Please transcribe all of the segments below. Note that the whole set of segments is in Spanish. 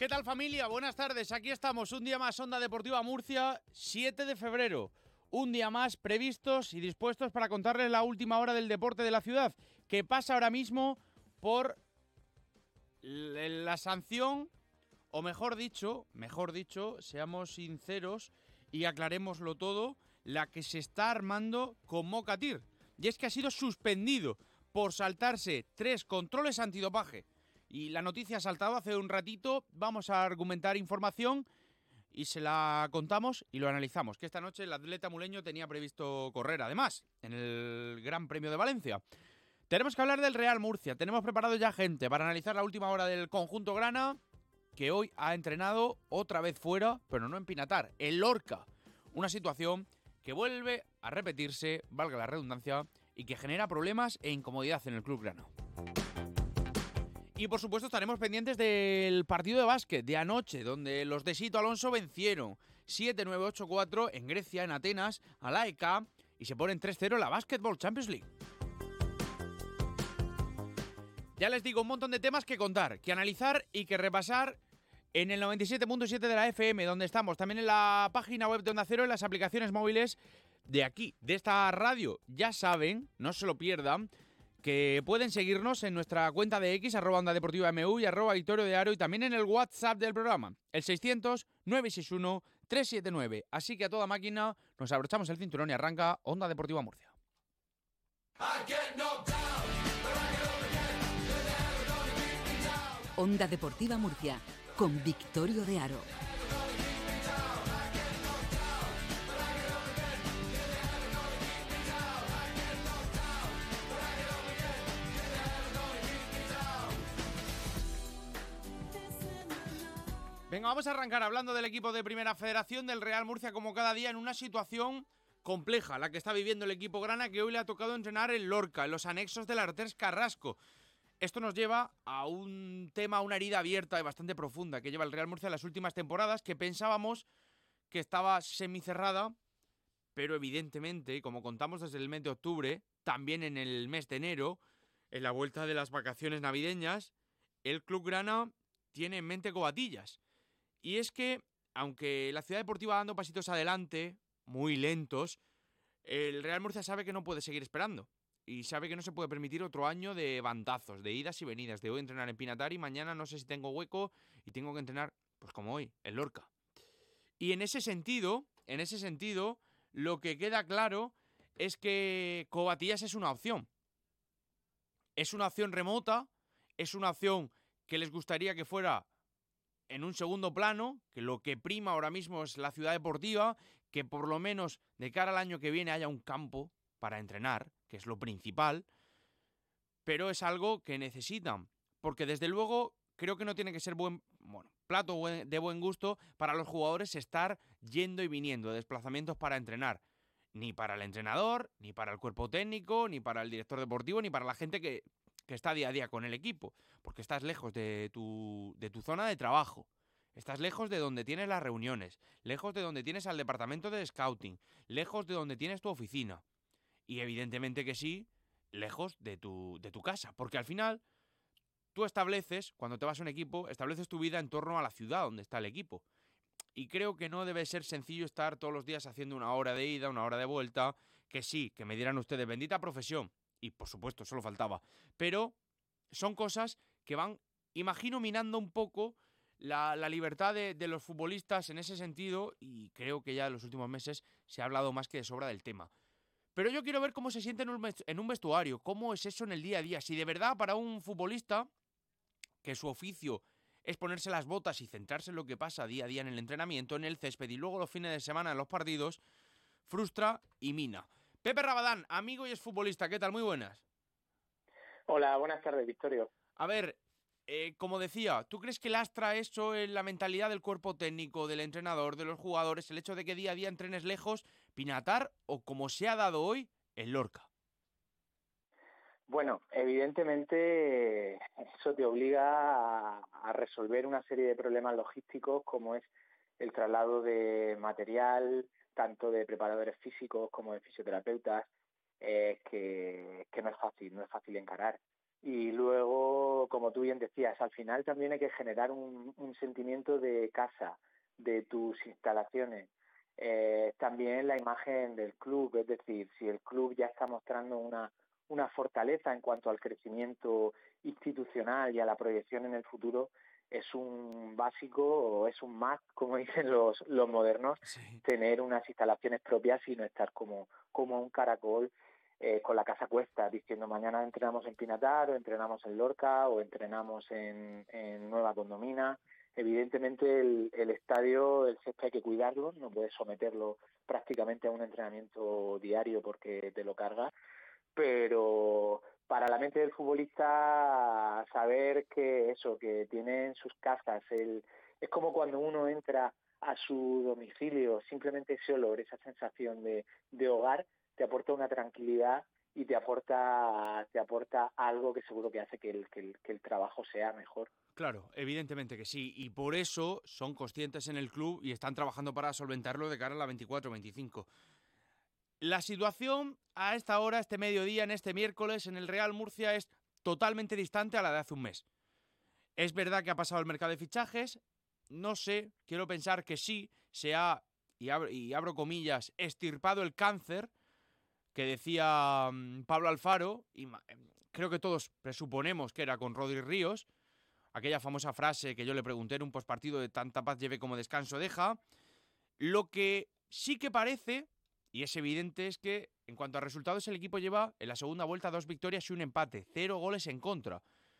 ¿Qué tal, familia? Buenas tardes, aquí estamos, un día más, Onda Deportiva Murcia, 7 de febrero. Un día más previstos y dispuestos para contarles la última hora del deporte de la ciudad, que pasa ahora mismo por la sanción, o mejor dicho, seamos sinceros y aclarémoslo todo, la que se está armando con Mokatir. Y es que ha sido suspendido por saltarse 3 controles antidopaje. Y la noticia ha saltado hace un ratito, vamos a argumentar información y se la contamos y lo analizamos. Que esta noche el atleta muleño tenía previsto correr, además, en el Gran Premio de Valencia. Tenemos que hablar del Real Murcia, tenemos preparado ya gente para analizar la última hora del conjunto grana, que hoy ha entrenado otra vez fuera, pero no en Pinatar, en Lorca. Una situación que vuelve a repetirse, valga la redundancia, y que genera problemas e incomodidad en el club grana. Y por supuesto estaremos pendientes del partido de básquet de anoche, donde los de Sito Alonso vencieron 7-9-8-4 en Grecia, en Atenas, a la AEK, y se ponen 3-0 en la Basketball Champions League. Ya les digo, un montón de temas que contar, que analizar y que repasar en el 97.7 de la FM, donde estamos, también en la página web de Onda Cero, en las aplicaciones móviles de aquí, de esta radio. Ya saben, no se lo pierdan, que pueden seguirnos en nuestra cuenta de X, @OndaDeportivaMU y @Victorio de Aro, y también en el WhatsApp del programa, el 600-961-379. Así que a toda máquina nos abrochamos el cinturón y arranca Onda Deportiva Murcia. Onda Deportiva Murcia, con Victorio de Aro. Venga, vamos a arrancar hablando del equipo de Primera Federación del Real Murcia, como cada día, en una situación compleja, la que está viviendo el equipo grana, que hoy le ha tocado entrenar en Lorca, en los anexos del Artés Carrasco. Esto nos lleva a un tema, a una herida abierta y bastante profunda que lleva el Real Murcia en las últimas temporadas, que pensábamos que estaba semicerrada, pero evidentemente, como contamos desde el mes de octubre, también en el mes de enero, en la vuelta de las vacaciones navideñas, el club grana tiene en mente cobatillas. Y es que, aunque la Ciudad Deportiva va dando pasitos adelante, muy lentos, el Real Murcia sabe que no puede seguir esperando. Y sabe que no se puede permitir otro año de bandazos, de idas y venidas, de hoy entrenar en Pinatar y mañana no sé si tengo hueco y tengo que entrenar, pues como hoy, en Lorca. Y en ese sentido, lo que queda claro es que Cobatillas es una opción. Es una opción remota, es una opción que les gustaría que fuera en un segundo plano, que lo que prima ahora mismo es la ciudad deportiva, que por lo menos de cara al año que viene haya un campo para entrenar, que es lo principal, pero es algo que necesitan, porque desde luego creo que no tiene que ser plato de buen gusto para los jugadores estar yendo y viniendo de desplazamientos para entrenar, ni para el entrenador, ni para el cuerpo técnico, ni para el director deportivo, ni para la gente que está día a día con el equipo, porque estás lejos de tu zona de trabajo, estás lejos de donde tienes las reuniones, lejos de donde tienes al departamento de scouting, lejos de donde tienes tu oficina, y evidentemente que sí, lejos de tu casa, porque al final tú estableces, cuando te vas a un equipo, estableces tu vida en torno a la ciudad donde está el equipo. Y creo que no debe ser sencillo estar todos los días haciendo una hora de ida, una hora de vuelta, que sí, que me dirán ustedes, bendita profesión, y por supuesto, solo faltaba, pero son cosas que van, imagino, minando un poco la libertad de los futbolistas en ese sentido, y creo que ya en los últimos meses se ha hablado más que de sobra del tema. Pero yo quiero ver cómo se siente en un vestuario, cómo es eso en el día a día, si de verdad para un futbolista que su oficio es ponerse las botas y centrarse en lo que pasa día a día en el entrenamiento, en el césped y luego los fines de semana en los partidos, frustra y mina. Pepe Rabadán, amigo y exfutbolista, ¿qué tal? Muy buenas. Hola, buenas tardes, Victorio. A ver, como decía, ¿tú crees que lastra eso en la mentalidad del cuerpo técnico, del entrenador, de los jugadores, el hecho de que día a día entrenes lejos, Pinatar o como se ha dado hoy, en Lorca? Bueno, evidentemente eso te obliga a resolver una serie de problemas logísticos como es el traslado de material, tanto de preparadores físicos como de fisioterapeutas, que no es fácil encarar. Y luego, como tú bien decías, al final también hay que generar un sentimiento de casa, de tus instalaciones. También la imagen del club, es decir, si el club ya está mostrando una fortaleza en cuanto al crecimiento institucional y a la proyección en el futuro, es un básico o es un must, como dicen los modernos, Sí. tener unas instalaciones propias y no estar como un caracol con la casa cuesta, diciendo mañana entrenamos en Pinatar o entrenamos en Lorca o entrenamos en Nueva Condomina. Evidentemente el estadio, el césped hay que cuidarlo, no puedes someterlo prácticamente a un entrenamiento diario porque te lo cargas, pero para la mente del futbolista saber que eso, que tiene en sus casas, es como cuando uno entra a su domicilio, simplemente ese olor, esa sensación de hogar, te aporta una tranquilidad y te aporta algo que seguro que hace que el trabajo sea mejor. Claro, evidentemente que sí, y por eso son conscientes en el club y están trabajando para solventarlo de cara a la 24-25. La situación a esta hora, este mediodía, en este miércoles, en el Real Murcia es totalmente distante a la de hace un mes. Es verdad que ha pasado el mercado de fichajes, no sé, quiero pensar que sí, se ha, y abro comillas, extirpado el cáncer que decía Pablo Alfaro, y creo que todos presuponemos que era con Rodri Ríos, aquella famosa frase que yo le pregunté en un postpartido de tanta paz lleve como descanso deja. Lo que sí que parece, y es evidente, es que en cuanto a resultados el equipo lleva en la segunda vuelta 2 victorias y un empate, 0 goles en contra.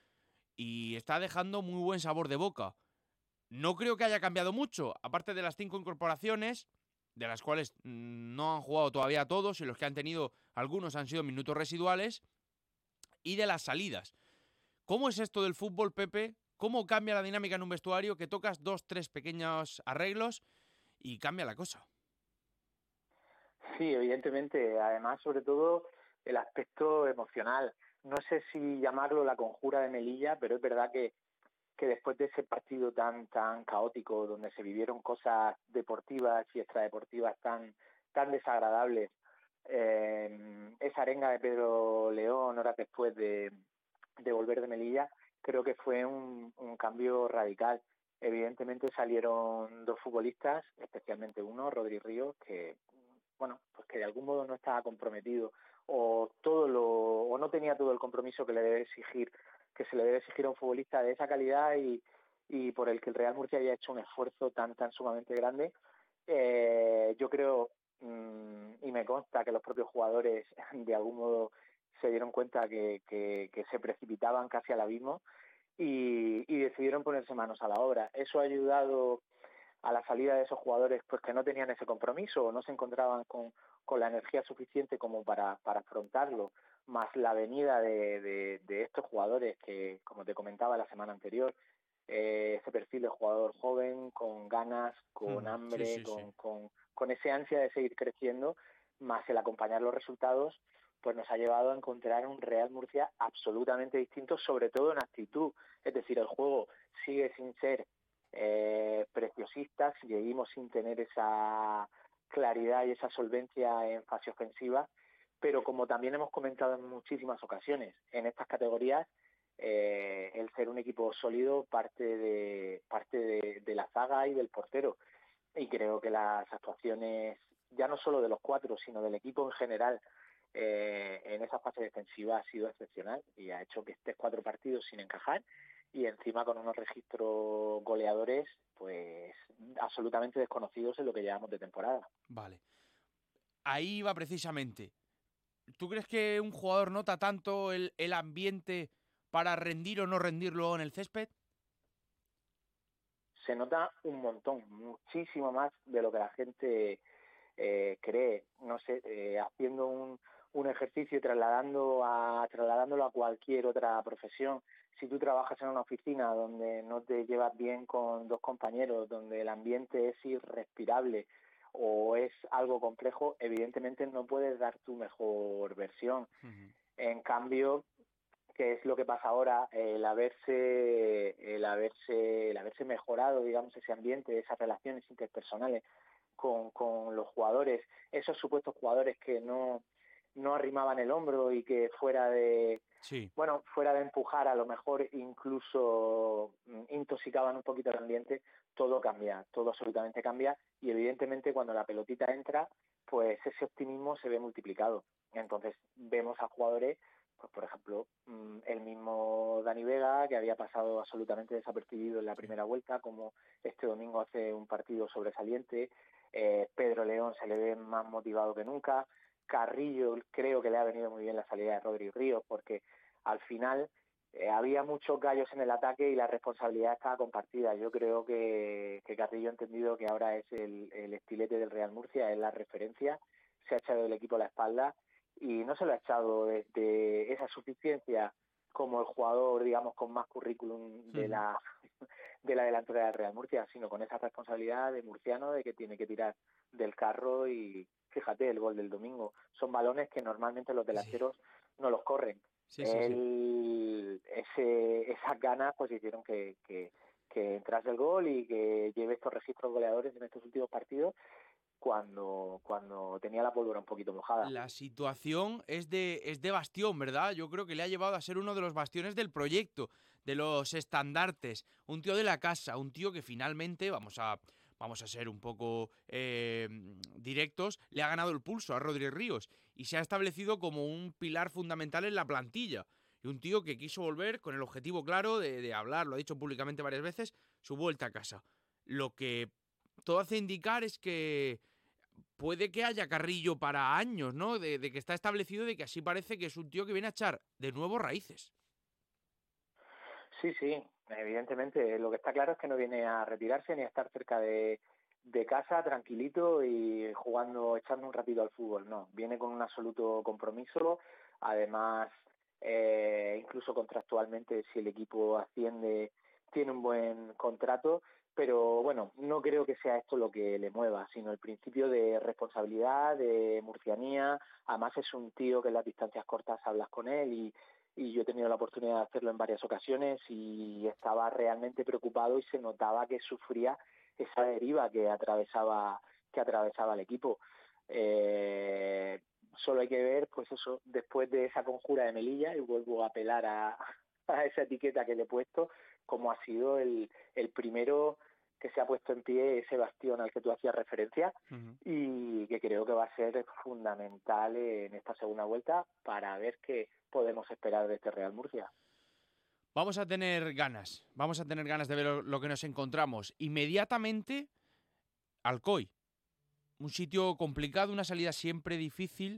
Y está dejando muy buen sabor de boca. No creo que haya cambiado mucho, aparte de las 5 incorporaciones, de las cuales no han jugado todavía todos y los que han tenido algunos han sido minutos residuales, y de las salidas. ¿Cómo es esto del fútbol, Pepe? ¿Cómo cambia la dinámica en un vestuario que tocas 2, 3 pequeños arreglos y cambia la cosa? Sí, evidentemente. Además, sobre todo, el aspecto emocional. No sé si llamarlo la conjura de Melilla, pero es verdad que después de ese partido tan caótico, donde se vivieron cosas deportivas y extradeportivas tan desagradables, esa arenga de Pedro León horas después de volver de Melilla, creo que fue un cambio radical. Evidentemente salieron dos futbolistas, especialmente uno, Rodri Ríos, que bueno, pues que de algún modo no estaba comprometido o no tenía todo el compromiso que se le debe exigir a un futbolista de esa calidad y por el que el Real Murcia había hecho un esfuerzo tan sumamente grande. Yo creo y me consta que los propios jugadores de algún modo se dieron cuenta que se precipitaban casi al abismo y decidieron ponerse manos a la obra. Eso ha ayudado a la salida de esos jugadores pues que no tenían ese compromiso o no se encontraban con la energía suficiente como para afrontarlo, más la venida de estos jugadores que, como te comentaba la semana anterior, ese perfil de jugador joven, con ganas, con Sí, hambre, sí, sí. con ese ansia de seguir creciendo, más el acompañar los resultados, pues nos ha llevado a encontrar un Real Murcia absolutamente distinto, sobre todo en actitud. Es decir, el juego sigue sin ser preciosistas, seguimos sin tener esa claridad y esa solvencia en fase ofensiva, pero como también hemos comentado en muchísimas ocasiones, en estas categorías el ser un equipo sólido parte de la zaga y del portero, y creo que las actuaciones ya no solo de los cuatro sino del equipo en general en esa fase defensiva ha sido excepcional y ha hecho que estés 4 partidos sin encajar y encima con unos registros goleadores pues absolutamente desconocidos en lo que llevamos de temporada. Vale. Ahí va precisamente. ¿Tú crees que un jugador nota tanto el ambiente para rendir o no rendir luego en el césped? Se nota un montón, muchísimo más de lo que la gente cree, no sé, haciendo un ejercicio y trasladándolo a cualquier otra profesión. Si tú trabajas en una oficina donde no te llevas bien con dos compañeros, donde el ambiente es irrespirable o es algo complejo, evidentemente no puedes dar tu mejor versión. Ujú. En cambio, ¿qué es lo que pasa ahora? El haberse mejorado, digamos, ese ambiente, esas relaciones interpersonales con los jugadores, esos supuestos jugadores que no arrimaban el hombro y que fuera Sí. bueno, fuera de empujar, a lo mejor incluso intoxicaban un poquito el ambiente, todo cambia, todo absolutamente cambia, y evidentemente cuando la pelotita entra, pues ese optimismo se ve multiplicado. Entonces vemos a jugadores, pues por ejemplo, el mismo Dani Vega, que había pasado absolutamente desapercibido en la primera vuelta, como este domingo hace un partido sobresaliente. Pedro León se le ve más motivado que nunca. Carrillo, creo que le ha venido muy bien la salida de Rodri Ríos, porque al final había muchos gallos en el ataque y la responsabilidad estaba compartida. Yo creo que Carrillo ha entendido que ahora es el estilete del Real Murcia, es la referencia, se ha echado el equipo a la espalda, y no se lo ha echado desde esa suficiencia como el jugador, digamos, con más currículum de la delantera del Real Murcia, sino con esa responsabilidad de murciano de que tiene que tirar del carro. Y fíjate, el gol del domingo, son balones que normalmente los Sí, delanteros no los corren. sí. Esas ganas pues hicieron que entrase el gol y que lleve estos registros goleadores en estos últimos partidos, cuando tenía la pólvora un poquito mojada. La situación es de bastión, ¿verdad? Yo creo que le ha llevado a ser uno de los bastiones del proyecto, de los estandartes, un tío de la casa, un tío que finalmente, vamos a ser un poco directos, le ha ganado el pulso a Rodri Ríos y se ha establecido como un pilar fundamental en la plantilla. Y un tío que quiso volver con el objetivo claro de hablar, lo ha dicho públicamente varias veces, su vuelta a casa. Lo que todo hace indicar es que puede que haya Carrillo para años, ¿no? De que está establecido, de que así parece que es un tío que viene a echar de nuevo raíces. Sí, sí, evidentemente. Lo que está claro es que no viene a retirarse ni a estar cerca de casa, tranquilito y jugando, echando un ratito al fútbol. No, viene con un absoluto compromiso. Además, incluso contractualmente, si el equipo asciende, tiene un buen contrato. Pero bueno, no creo que sea esto lo que le mueva, sino el principio de responsabilidad, de murcianía. Además es un tío que en las distancias cortas hablas con él, y yo he tenido la oportunidad de hacerlo en varias ocasiones, y estaba realmente preocupado y se notaba que sufría esa deriva que atravesaba el equipo. Eh, Solo hay que ver, pues eso, después de esa conjura de Melilla, y vuelvo a apelar a esa etiqueta que le he puesto, como ha sido el primero que se ha puesto en pie, ese bastión al que tú hacías referencia, Ujú. y que creo que va a ser fundamental en esta segunda vuelta para ver qué podemos esperar de este Real Murcia. Vamos a tener ganas de ver lo que nos encontramos. Inmediatamente, Alcoy, un sitio complicado, una salida siempre difícil.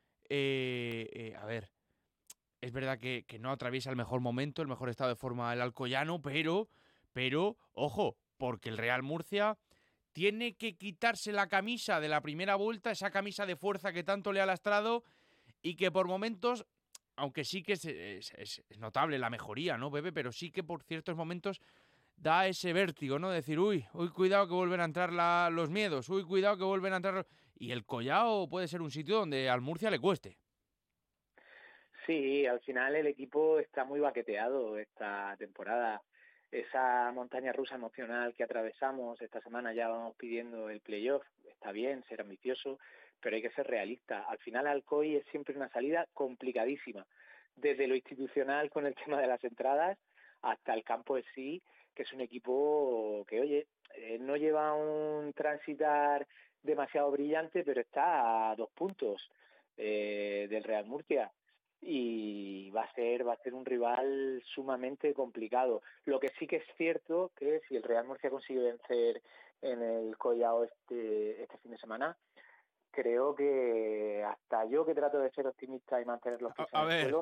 A ver, es verdad que no atraviesa el mejor momento, el mejor estado de forma el alcoyano, pero, ojo, porque el Real Murcia tiene que quitarse la camisa de la primera vuelta, esa camisa de fuerza que tanto le ha lastrado y que por momentos, aunque sí que es notable la mejoría, ¿no, Pepe? Pero sí que por ciertos momentos da ese vértigo, ¿no? Decir, uy, cuidado que vuelven a entrar los miedos, uy, cuidado que vuelven a entrar. Y el Collao puede ser un sitio donde al Murcia le cueste. Sí, al final el equipo está muy baqueteado esta temporada. Esa montaña rusa emocional que atravesamos esta semana, ya vamos pidiendo el playoff. Está bien ser ambicioso, pero hay que ser realista. Al final Alcoy es siempre una salida complicadísima, desde lo institucional con el tema de las entradas hasta el campo en sí, que es un equipo que, oye, no lleva un transitar demasiado brillante, pero está a 2 puntos del Real Murcia, y va a ser un rival sumamente complicado. Lo que sí que es cierto que si el Real Murcia consigue vencer en el Collao este fin de semana, creo que hasta yo, que trato de ser optimista y mantener los pies en A el ver, suelo,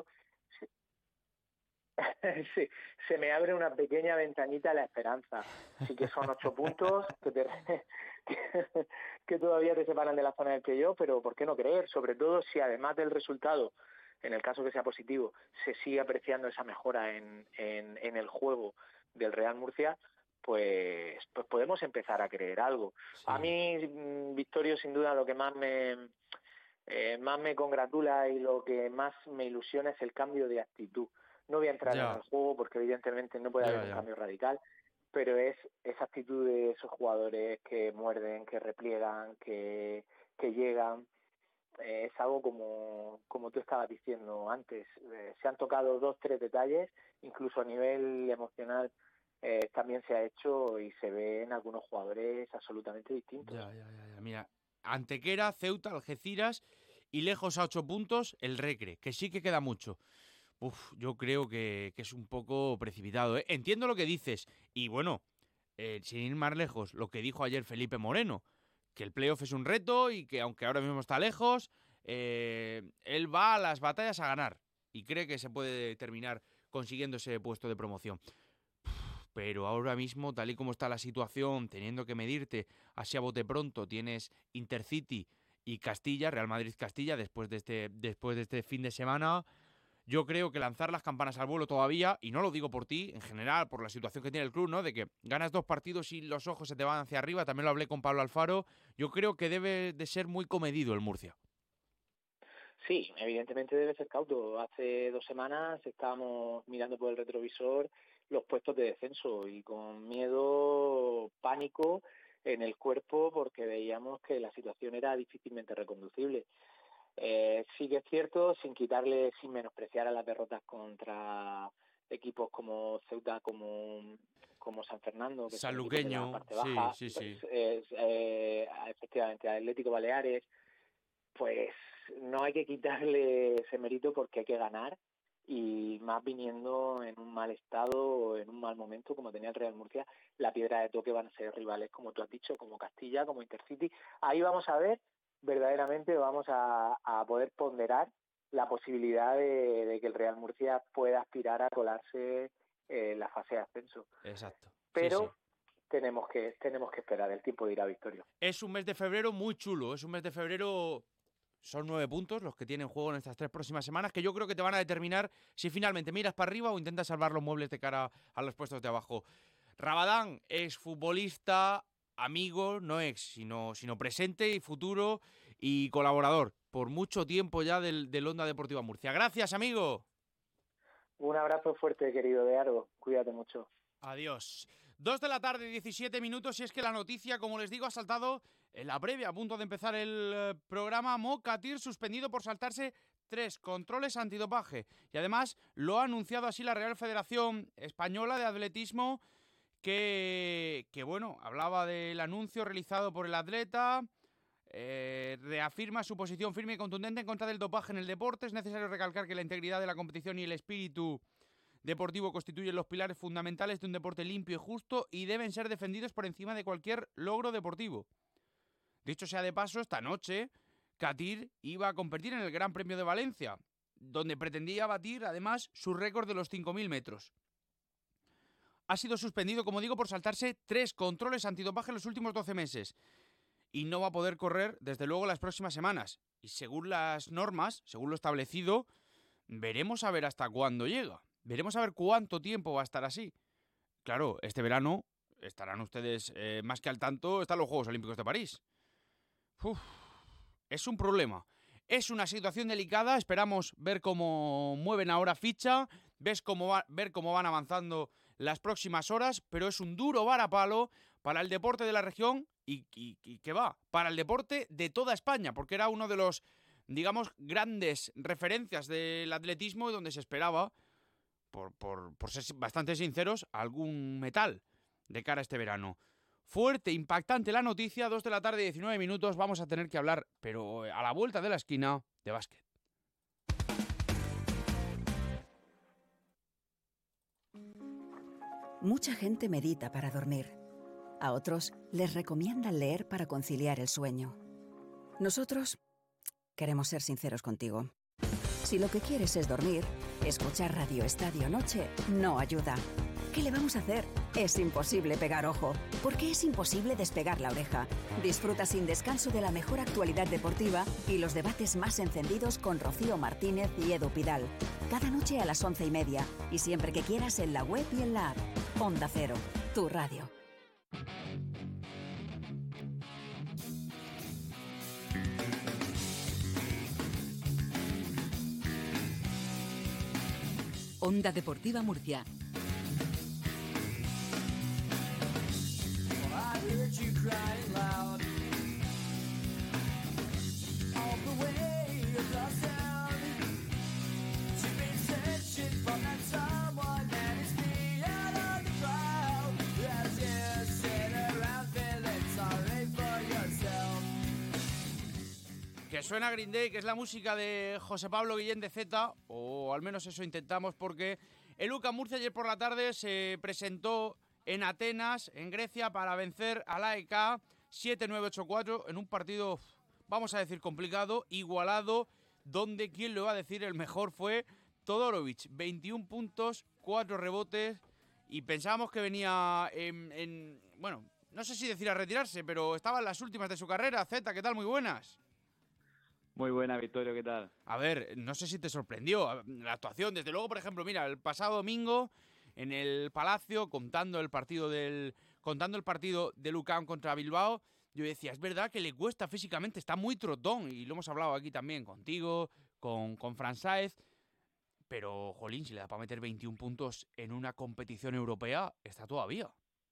sí, se me abre una pequeña ventanita a la esperanza. Sí que son 8 puntos que todavía te separan de la zona del playoff, pero ¿por qué no creer? Sobre todo si además del resultado, en el caso que sea positivo, se sigue apreciando esa mejora en el juego del Real Murcia, pues podemos empezar a creer algo. A sí, mí, Victorio, sin duda lo que más me congratula y lo que más me ilusiona es el cambio de actitud. No voy a entrar en ya, el juego porque evidentemente no puede haber ya, un ya. cambio radical, pero es esa actitud de esos jugadores que muerden, que repliegan, que llegan, es algo como tú estabas diciendo antes. Se han tocado 2-3 detalles, incluso a nivel emocional también se ha hecho y se ve en algunos jugadores absolutamente distintos. Ya. Mira, Antequera, Ceuta, Algeciras y lejos a 8 puntos el Recre, que sí que queda mucho. Yo creo que es un poco precipitado, ¿eh? Entiendo lo que dices. Y bueno, sin ir más lejos, lo que dijo ayer Felipe Moreno, que el playoff es un reto y que aunque ahora mismo está lejos, él va a las batallas a ganar y cree que se puede terminar consiguiendo ese puesto de promoción. Pero ahora mismo, tal y como está la situación, teniendo que medirte así a bote pronto, tienes Intercity y Castilla, Real Madrid-Castilla, después de este fin de semana. Yo creo que lanzar las campanas al vuelo todavía, y no lo digo por ti, en general, por la situación que tiene el club, ¿no? De que ganas 2 partidos y los ojos se te van hacia arriba, también lo hablé con Pablo Alfaro, yo creo que debe de ser muy comedido el Murcia. Sí, evidentemente debe ser cauto. Hace 2 semanas estábamos mirando por el retrovisor los puestos de descenso y con miedo, pánico en el cuerpo porque veíamos que la situación era difícilmente reconducible. Sí que es cierto, sin menospreciar a las derrotas contra equipos como Ceuta, como San Fernando, que son equipos de la Sanluqueño, parte baja, sí. efectivamente, Atlético Baleares, pues no hay que quitarle ese mérito porque hay que ganar, y más viniendo en un mal estado o en un mal momento como tenía el Real Murcia. La piedra de toque van a ser rivales, como tú has dicho, como Castilla, como Intercity. Ahí vamos a ver, verdaderamente vamos a poder ponderar la posibilidad de que el Real Murcia pueda aspirar a colarse en la fase de ascenso. Exacto. Pero sí. tenemos que esperar, el tiempo dirá, Victorio. Es un mes de febrero muy chulo, es un mes de febrero. Son 9 puntos los que tienen juego en estas 3 próximas semanas, que yo creo que te van a determinar si finalmente miras para arriba o intentas salvar los muebles de cara a los puestos de abajo. Rabadán es futbolista, amigo, no ex, sino presente y futuro y colaborador por mucho tiempo ya del Onda Deportiva Murcia. Gracias, amigo. Un abrazo fuerte, querido de Argo. Cuídate mucho. Adiós. 2 de la tarde, 17 minutos, y es que la noticia, como les digo, ha saltado en la previa, a punto de empezar el programa. Mokatir suspendido por saltarse 3 controles antidopaje. Y además lo ha anunciado así la Real Federación Española de Atletismo, que bueno, hablaba del anuncio realizado por el atleta. Reafirma su posición firme y contundente en contra del dopaje en el deporte. Es necesario recalcar que la integridad de la competición y el espíritu deportivo constituyen los pilares fundamentales de un deporte limpio y justo y deben ser defendidos por encima de cualquier logro deportivo. Dicho sea de paso, esta noche Katir iba a competir en el Gran Premio de Valencia, donde pretendía batir además su récord de los 5.000 metros. Ha sido suspendido, como digo, por saltarse 3 controles antidopaje en los últimos 12 meses y no va a poder correr desde luego las próximas semanas. Y según las normas, según lo establecido, veremos a ver hasta cuándo llega. Veremos a ver cuánto tiempo va a estar así. Claro, este verano estarán ustedes más que al tanto, están los Juegos Olímpicos de París. Es un problema. Es una situación delicada. Esperamos ver cómo mueven ahora ficha, ver cómo van avanzando las próximas horas, pero es un duro varapalo para el deporte de la región y que va, para el deporte de toda España, porque era uno de los, digamos, grandes referencias del atletismo y donde se esperaba, por ser bastante sinceros, algún metal de cara a este verano. Fuerte, impactante la noticia, 2 de la tarde, 19 minutos, vamos a tener que hablar, pero a la vuelta de la esquina, de básquet. Mucha gente medita para dormir. A otros les recomiendan leer para conciliar el sueño. Nosotros queremos ser sinceros contigo. Si lo que quieres es dormir, escuchar Radio Estadio Noche no ayuda. ¿Qué le vamos a hacer? Es imposible pegar ojo, porque es imposible despegar la oreja. Disfruta sin descanso de la mejor actualidad deportiva y los debates más encendidos con Rocío Martínez y Edu Pidal. Cada noche a las 11:30 y siempre que quieras en la web y en la app. Onda Cero, tu radio. Onda Deportiva Murcia. You crying loud all the way Que suena Green Day, que es la música de José Pablo Guillén de Z, o al menos eso intentamos, porque el UCAM Murcia ayer por la tarde se presentó en Atenas, en Grecia, para vencer al AEK 7-9-8-4 en un partido, vamos a decir, complicado, igualado, donde, ¿quién lo va a decir? El mejor fue Todorovic, 21 puntos, 4 rebotes, y pensábamos que venía bueno, no sé si decir a retirarse, pero estaba en las últimas de su carrera. Z, ¿qué tal? Muy buenas. Muy buena, Victorio, ¿qué tal? A ver, no sé si te sorprendió la actuación. Desde luego, por ejemplo, mira, el pasado domingo en el Palacio, contando el partido del UCAM contra Bilbao, yo decía, es verdad que le cuesta físicamente, está muy trotón, y lo hemos hablado aquí también contigo, con Fran Sáez, pero, jolín, si le da para meter 21 puntos en una competición europea, está todavía.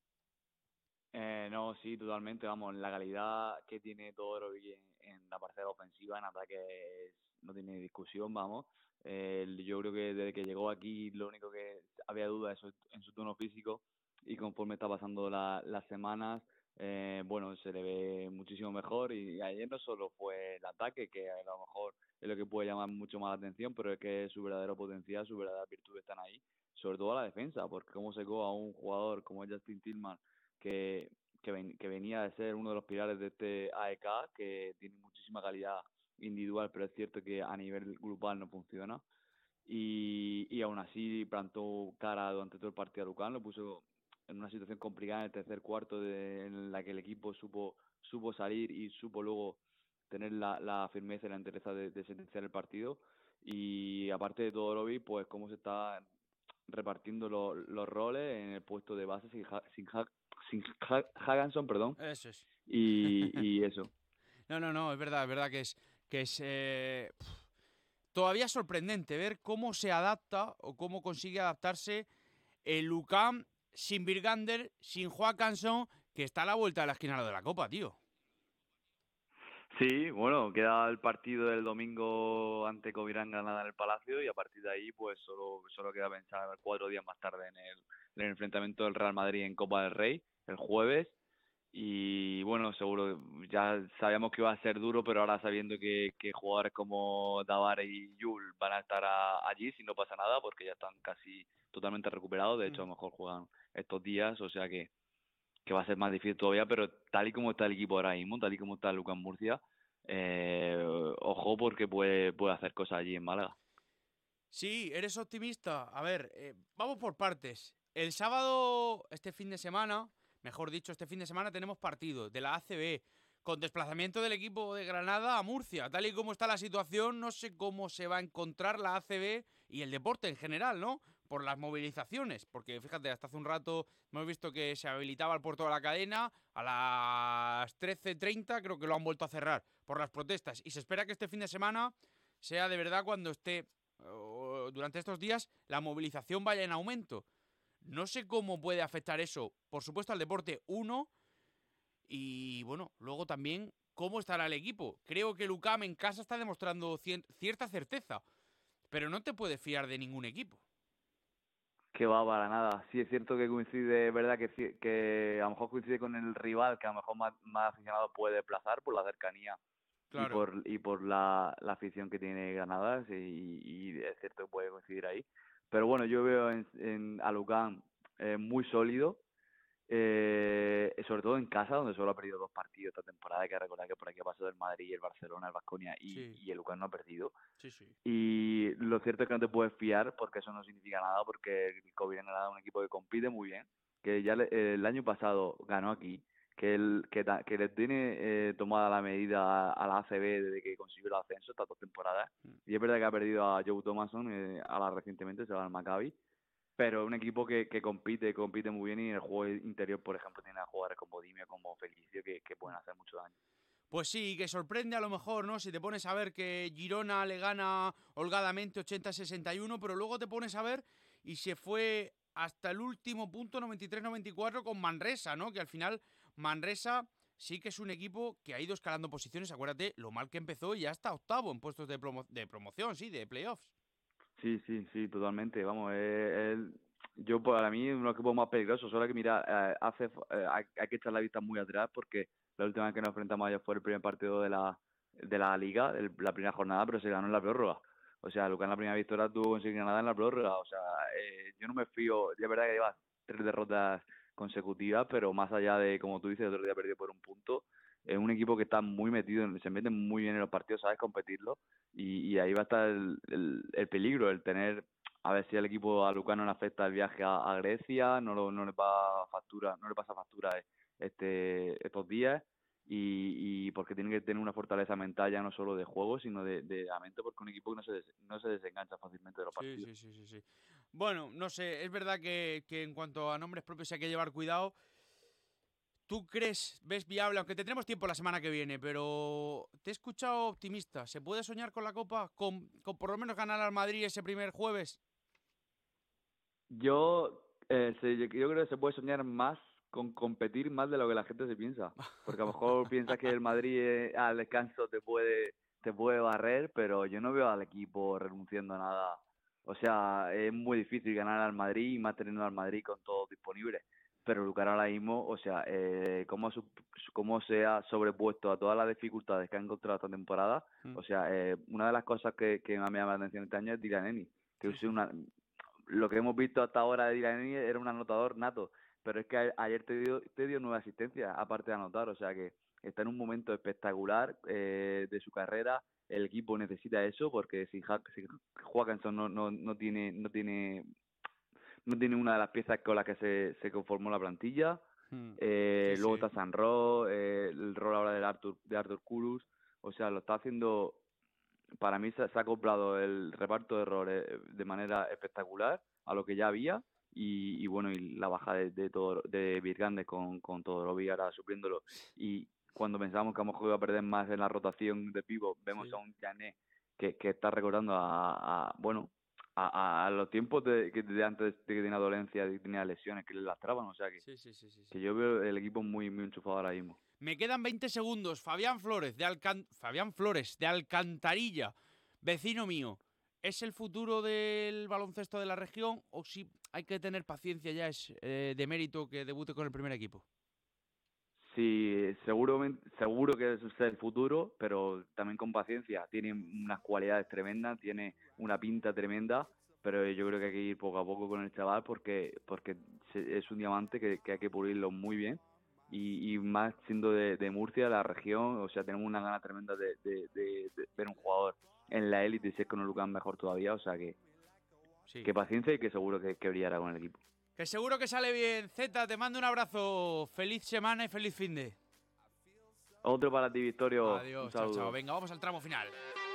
No, sí, totalmente, vamos, la calidad que tiene Todorovic en la parcela ofensiva, en ataque, no tiene discusión, vamos. Yo creo que desde que llegó aquí lo único que había duda es en su tono físico, y conforme está pasando las semanas, bueno, se le ve muchísimo mejor, y ayer no solo fue el ataque, que a lo mejor es lo que puede llamar mucho más la atención, pero es que su verdadero potencial, sus verdaderas virtudes están ahí, sobre todo a la defensa, porque cómo secó a un jugador como es Justin Tillman, que que venía de ser uno de los pilares de este AEK, que tiene muchísima calidad individual, pero es cierto que a nivel grupal no funciona. Y aún así plantó cara durante todo el partido a Lucán, lo puso en una situación complicada en el tercer cuarto, en la que el equipo supo salir y supo luego tener la firmeza y la entereza de sentenciar el partido. Y aparte de todo, Todorovic, pues cómo se está repartiendo los roles en el puesto de base sin Hagganson, perdón, Eso es. y eso. No, es verdad que es todavía sorprendente ver cómo se adapta o cómo consigue adaptarse el UCAM sin Birgander, sin Joaquinson, que está a la vuelta de la esquina de la Copa, tío. Sí, bueno, queda el partido del domingo ante Covirán Granada en el Palacio, y a partir de ahí pues solo queda pensar 4 días más tarde en el enfrentamiento del Real Madrid en Copa del Rey, el jueves. Y bueno, seguro, ya sabíamos que iba a ser duro, pero ahora sabiendo que jugadores como Davar y Yul van a estar allí si no pasa nada, porque ya están casi totalmente recuperados, de hecho a lo mejor juegan estos días, o sea que va a ser más difícil todavía, pero tal y como está el equipo ahora mismo, tal y como está Lucas Murcia, ojo, porque puede hacer cosas allí en Málaga. Sí, eres optimista. A ver, vamos por partes. El sábado, este fin de semana, mejor dicho, este fin de semana tenemos partido de la ACB con desplazamiento del equipo de Granada a Murcia. Tal y como está la situación, no sé cómo se va a encontrar la ACB y el deporte en general, ¿no? Por las movilizaciones, porque fíjate, hasta hace un rato hemos visto que se habilitaba el puerto de la Cadena, a las 13:30 creo que lo han vuelto a cerrar por las protestas, y se espera que este fin de semana sea de verdad cuando esté durante estos días la movilización vaya en aumento. No sé cómo puede afectar eso, por supuesto, al deporte, uno, y bueno, luego también cómo estará el equipo. Creo que el UCAM en casa está demostrando cierta certeza, pero no te puedes fiar de ningún equipo. Que va para nada. Sí es cierto que coincide, es verdad que a lo mejor coincide con el rival, que a lo mejor más aficionado puede desplazar por la cercanía Claro. y por la afición que tiene Granada, y es cierto que puede coincidir ahí. Pero bueno, yo veo a Lucán muy sólido, sobre todo en casa, donde solo ha perdido 2 partidos esta temporada. Hay que recordar que por aquí ha pasado el Madrid, el Barcelona, el Baskonia, Sí, y el Lucán no ha perdido. sí, sí. Y lo cierto es que no te puedes fiar, porque eso no significa nada, porque el Covirán Granada es un equipo que compite muy bien, que ya el año pasado ganó aquí, que le tiene tomada la medida a la ACB desde que consiguió el ascenso estas 2 temporadas. Y es verdad que ha perdido a Joe Thomason recientemente, se va al Maccabi, pero es un equipo que compite muy bien, y en el juego interior, por ejemplo, tiene a jugadores como Dimio, como Felicio, que pueden hacer mucho daño. Pues sí, que sorprende a lo mejor, ¿no? Si te pones a ver que Girona le gana holgadamente 80-61, pero luego te pones a ver y se fue hasta el último punto, 93-94, con Manresa, ¿no? Que al final Manresa sí que es un equipo que ha ido escalando posiciones. Acuérdate lo mal que empezó y ya está octavo en puestos de promoción, sí, de playoffs. Sí, totalmente. Vamos, yo para mí es uno de los equipos más peligrosos. Solo hay que mirar, hay que echar la vista muy atrás, porque la última vez que nos enfrentamos a ellos fue el primer partido de la Liga, la primera jornada, pero se ganó en la prórroga. O sea, Lucán la primera victoria tuvo que conseguir nada en la prórroga. O sea, yo no me fío, es verdad que lleva 3 derrotas consecutivas, pero más allá de, como tú dices, el otro día perdió por un punto, es un equipo que está muy metido, se mete muy bien en los partidos, sabes competirlo, y ahí va a estar el peligro, el tener, a ver si al equipo a Lucán no le afecta el viaje a Grecia, no le pasa factura estos días, y porque tiene que tener una fortaleza mental ya no solo de juego, sino de la mente, porque un equipo que no se desengancha fácilmente de los Sí, partidos. sí. Bueno, no sé, es verdad que en cuanto a nombres propios hay que llevar cuidado. ¿Tú ves viable, aunque tendremos tiempo la semana que viene, pero te he escuchado optimista? ¿Se puede soñar con la Copa? ¿Con por lo menos ganar al Madrid ese primer jueves? Yo creo que se puede soñar más con competir más de lo que la gente se piensa. Porque a lo mejor piensas que el Madrid al descanso te puede barrer, pero yo no veo al equipo renunciando a nada. O sea, es muy difícil ganar al Madrid y más teniendo al Madrid con todo disponible. Pero Lucas ahora mismo, o sea, cómo se ha sobrepuesto a todas las dificultades que ha encontrado esta temporada. O sea, una de las cosas que más me llama la atención este año es Dilaneni, que es lo que hemos visto hasta ahora de Dilaneni era un anotador nato, pero es que ayer te dio 9 asistencias, aparte de anotar, o sea que está en un momento espectacular de su carrera, el equipo necesita eso, porque si Hawkinson no tiene una de las piezas con las que se conformó la plantilla, luego está Sanro, el rol ahora de Artur Kurus, o sea, lo está haciendo. Para mí se ha acoplado el reparto de roles de manera espectacular a lo que ya había y bueno, y la baja de Virgandes con Todorovic ahora supliéndolo, y cuando pensamos que a lo mejor iba a perder más en la rotación de pivot, vemos a un Jané que está recordando a los tiempos de antes de que tenía dolencia, de que tenía lesiones que le lastraban, o sea que yo veo el equipo muy, muy enchufado ahora mismo. Me quedan 20 segundos. Fabián Flores, de Alcantarilla, vecino mío. ¿Es el futuro del baloncesto de la región o si hay que tener paciencia ya es de mérito que debute con el primer equipo? Sí, seguro que ese es el futuro, pero también con paciencia. Tiene unas cualidades tremendas, tiene una pinta tremenda, pero yo creo que hay que ir poco a poco con el chaval porque es un diamante que hay que pulirlo muy bien. Y más siendo de Murcia, la región, o sea, tenemos una gana tremenda de ver un jugador en la élite y si es con un lugar mejor todavía, o sea que paciencia y que seguro que brillará con el equipo. Que seguro que sale bien. Zeta, te mando un abrazo. Feliz semana y feliz finde. Otro para ti, Victorio. Adiós, un saludo. chao. Venga, vamos al tramo final.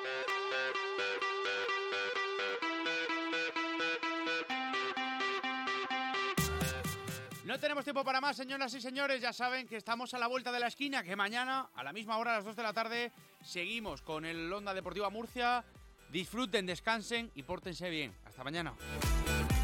No tenemos tiempo para más, señoras y señores. Ya saben que estamos a la vuelta de la esquina, que mañana, a la misma hora, a las 2 de la tarde, seguimos con el Onda Deportiva Murcia. Disfruten, descansen y pórtense bien. Hasta mañana.